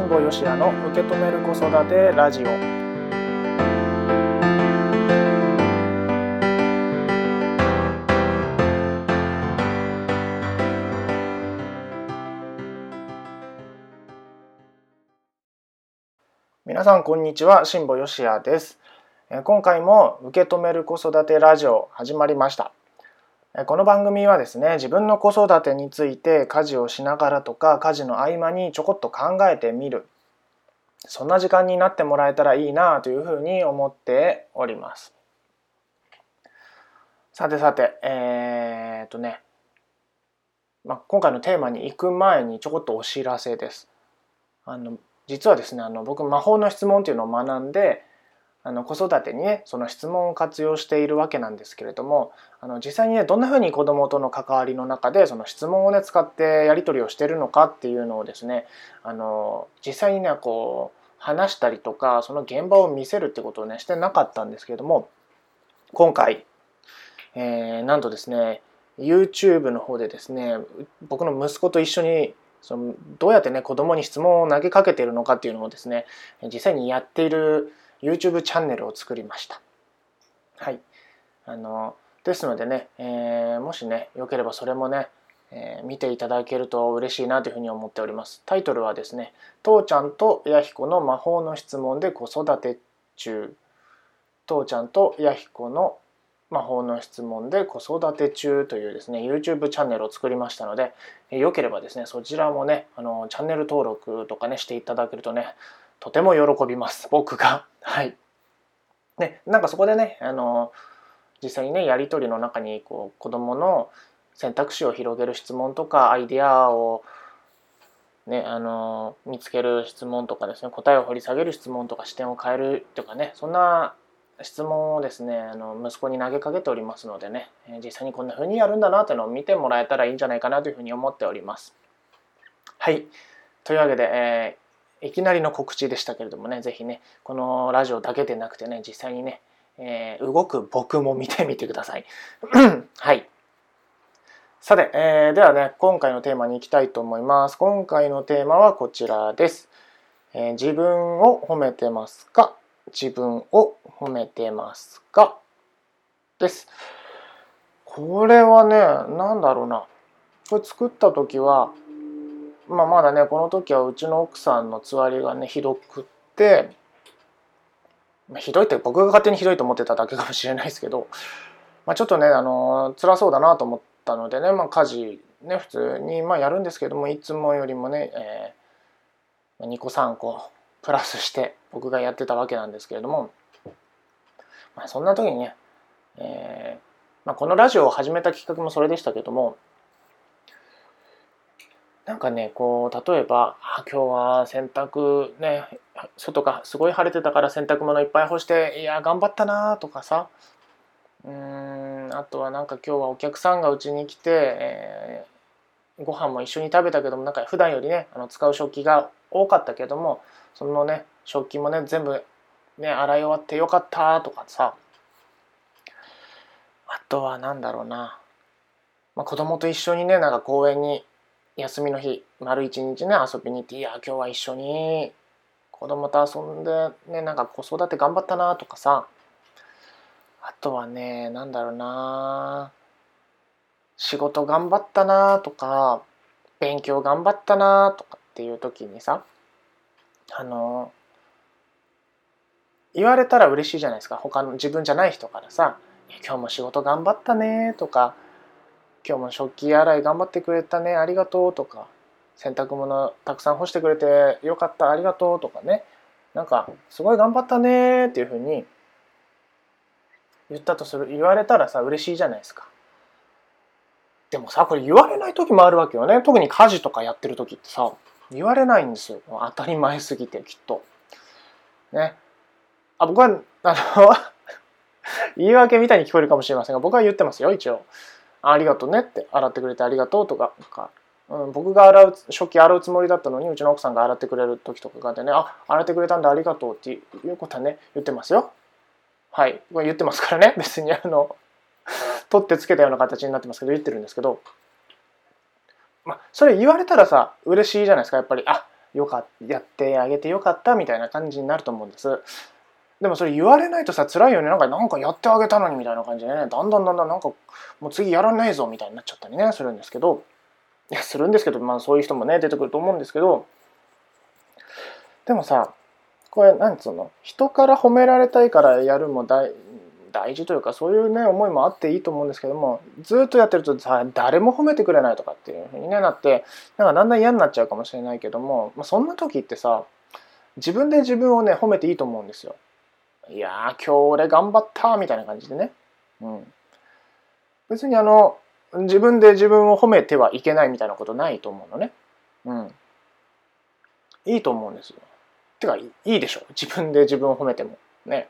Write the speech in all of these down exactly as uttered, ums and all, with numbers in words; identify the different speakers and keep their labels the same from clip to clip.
Speaker 1: 保よしやの受け止める子育てラジオ。皆さんこんにちは、新保よしやです。今回も受け止める子育てラジオ始まりました。この番組はですね、自分の子育てについて家事をしながらとか家事の合間にちょこっと考えてみる、そんな時間になってもらえたらいいなというふうに思っております。さてさて、えー、っとね、まあ、今回のテーマに行く前にちょこっとお知らせです。あの実はですね、あの僕魔法の質問というのを学んで、あの子育てにねその質問を活用しているわけなんですけれども、あの実際にねどんなふうに子どもとの関わりの中でその質問をね使ってやり取りをしているのかっていうのをですね、あの実際にねこう話したりとかその現場を見せるってことをねしてなかったんですけれども、今回、えー、なんとですね YouTube の方でですね、僕の息子と一緒にそのどうやってね子どもに質問を投げかけているのかっていうのをですね実際にやっているYouTube チャンネルを作りました。はい。あのですのでね、えー、もしねよければそれもね、えー、見ていただけると嬉しいなというふうに思っております。タイトルはですね、父ちゃんとヤヒコの魔法の質問で子育て中。父ちゃんとヤヒコの魔法の質問で子育て中というですね YouTube チャンネルを作りましたので、よければですねそちらもねあのチャンネル登録とかねしていただけるとねとても喜びます、僕が。はい。ね、なんかそこでねあの実際にねやり取りの中にこう子どもの選択肢を広げる質問とかアイデアを、ね、あの見つける質問とかですね、答えを掘り下げる質問とか視点を変えるとかね、そんな質問をですねあの息子に投げかけておりますのでね、実際にこんな風にやるんだなというのを見てもらえたらいいんじゃないかなというふうに思っております。はい。というわけで、えーいきなりの告知でしたけれどもね、ぜひねこのラジオだけでなくてね実際にね、えー、動く僕も見てみてください。はい。さて、えー、ではね今回のテーマに行きたいと思います。今回のテーマはこちらです。えー、自分を褒めてますか？自分を褒めてますか？です。これはねなんだろうな。これ作った時は。まあ、まだねこの時はうちの奥さんのつわりがねひどくって、ひどいって僕が勝手にひどいと思ってただけかもしれないですけど、まあ、ちょっとねあの辛そうだなと思ったのでね、まあ、家事ね普通にまあやるんですけども、いつもよりもね、えー、にこさんこプラスして僕がやってたわけなんですけれども、まあ、そんな時にね、えーまあ、このラジオを始めたきっかけもそれでしたけども、なんかねこう例えばあ今日は洗濯ね外がすごい晴れてたから洗濯物いっぱい干していや頑張ったなとかさ、うーんあとはなんか今日はお客さんがうちに来て、えー、ご飯も一緒に食べたけどもなんか普段よりねあの使う食器が多かったけどもそのね食器もね全部ね洗い終わってよかったとかさ、あとはなんだろうな、まあ、子供と一緒にねなんか公園に休みの日丸一日ね遊びに行って、いや今日は一緒に子供と遊んでねなんか子育て頑張ったなとかさ、あとはねなんだろうな、仕事頑張ったなとか勉強頑張ったなとかっていう時にさ、あの言われたら嬉しいじゃないですか。他の自分じゃない人からさ、今日も仕事頑張ったねとか、今日も食器洗い頑張ってくれたねありがとうとか、洗濯物たくさん干してくれてよかったありがとうとかね、なんかすごい頑張ったねっていうふうに言ったとする、言われたらさ嬉しいじゃないですか。でもさこれ言われない時もあるわけよね。特に家事とかやってる時ってさ言われないんですよ。当たり前すぎてきっとね。あ僕はあの言い訳みたいに聞こえるかもしれませんが、僕は言ってますよ一応。ありがとうねって、洗ってくれてありがとうとか、なんかうん、僕が洗う食器洗うつもりだったのにうちの奥さんが洗ってくれる時とかがあってね、あ洗ってくれたんだありがとうっていうことはね言ってますよ。はい、これ言ってますからね、別にあの取ってつけたような形になってますけど言ってるんですけど、まあそれ言われたらさ嬉しいじゃないですか。やっぱりあよかやってあげてよかったみたいな感じになると思うんです。でもそれ言われないとさ辛いよね。なんかなんかやってあげたのにみたいな感じでね、だんだんだんだんなんかもう次やらないぞみたいになっちゃったりねするんですけど、いやするんですけど、まあそういう人もね出てくると思うんですけど、でもさ、これなんつうの、人から褒められたいからやるも大大事というか、そういうね思いもあっていいと思うんですけども、ずっとやってるとさ誰も褒めてくれないとかっていう風に、ね、なって、なんかだんだん嫌になっちゃうかもしれないけども、まあ、そんな時ってさ自分で自分をね褒めていいと思うんですよ。いやー今日俺頑張ったみたいな感じでね、うん、別にあの自分で自分を褒めてはいけないみたいなことないと思うのね。うん、いいと思うんですよ。てかいいでしょ、自分で自分を褒めてもね。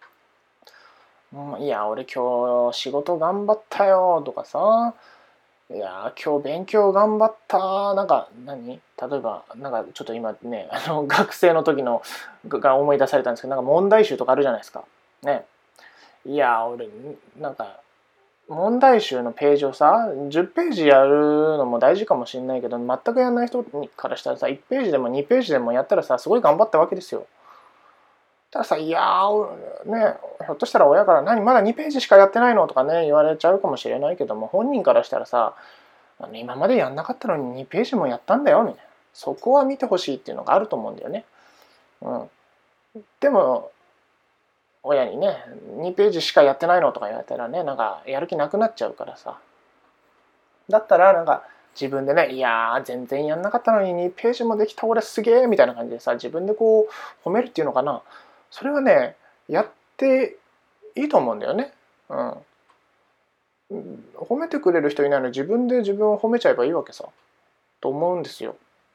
Speaker 1: いや俺今日仕事頑張ったよとかさ、いや今日勉強頑張ったなんか何例えばなんかちょっと今ねあの学生の時のが思い出されたんですけど、なんか問題集とかあるじゃないですかね。いや俺なんか問題集のページをさじゅっページやるのも大事かもしれないけど、全くやらない人からしたらさいちページでもにページでもやったらさすごい頑張ったわけですよ。たださ、いやーね、ひょっとしたら親から何まだにページしかやってないのとかね言われちゃうかもしれないけども、本人からしたらさあの今までやんなかったのににページもやったんだよみたいな、そこは見てほしいっていうのがあると思うんだよね。うん、でも親にねにページしかやってないのとか言われたらね、なんかやる気なくなっちゃうからさ、だったらなんか自分でね、いやー全然やんなかったのににページもできた俺すげーみたいな感じでさ自分でこう褒めるっていうのかな、それはねやっていいと思うんだよね。うん、褒めてくれる人いないのに自分で自分を褒めちゃえばいいわけさと思うんですよ。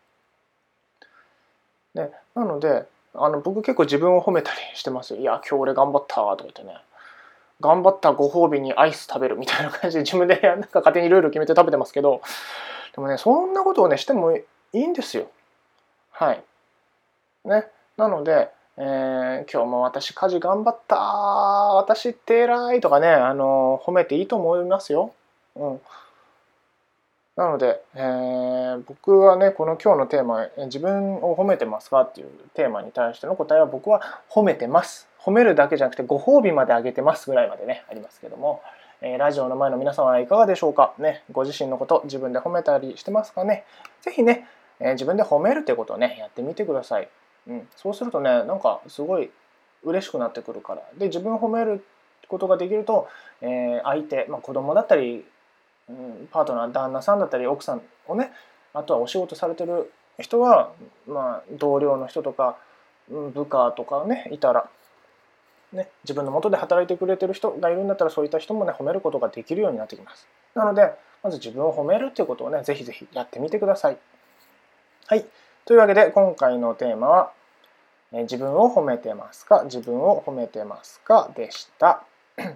Speaker 1: ね、なのであの僕結構自分を褒めたりしてます。いや今日俺頑張ったとか言ってね、頑張ったご褒美にアイス食べるみたいな感じで自分でなんか勝手にルール決めて食べてますけど、でもねそんなことをねしてもいいんですよ。はいね、なので、えー、今日も私家事頑張った私って偉いとかね、あの褒めていいと思いますよ。うん、なので、えー、僕はねこの今日のテーマ自分を褒めてますかっていうテーマに対しての答えは、僕は褒めてます。褒めるだけじゃなくてご褒美まであげてますぐらいまでねありますけども、えー、ラジオの前の皆さんはいかがでしょうかね。ご自身のこと自分で褒めたりしてますかね。ぜひね、えー、自分で褒めるということをねやってみてください。うん、そうするとねなんかすごい嬉しくなってくるから。で自分を褒めることができると、えー、相手、まあ、子供だったり、うん、パートナー旦那さんだったり奥さんをね、あとはお仕事されてる人は、まあ、同僚の人とか部下とかねいたら、ね、自分の下で働いてくれてる人がいるんだったら、そういった人もね褒めることができるようになってきます。なのでまず自分を褒めるっていうことをねぜひぜひやってみてください。はい、というわけで今回のテーマは自分を褒めてますか、自分を褒めてますかでした。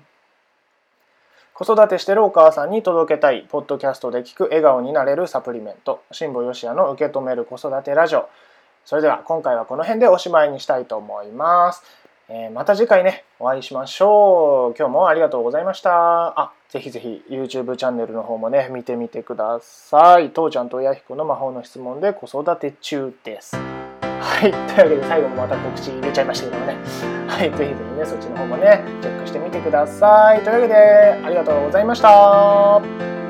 Speaker 1: 子育てしてるお母さんに届けたいポッドキャストで聞く笑顔になれるサプリメント、辛坊よしやの受け止める子育てラジオ。それでは今回はこの辺でおしまいにしたいと思います。えー、また次回ねお会いしましょう。今日もありがとうございました。あ、ぜひぜひ YouTube チャンネルの方もね見てみてください。父ちゃんと親彦の魔法の質問で子育て中です。はい、というわけで最後もまた告知入れちゃいましたけどもね、はい、ぜひぜひねそっちの方もねチェックしてみてください。というわけでありがとうございました。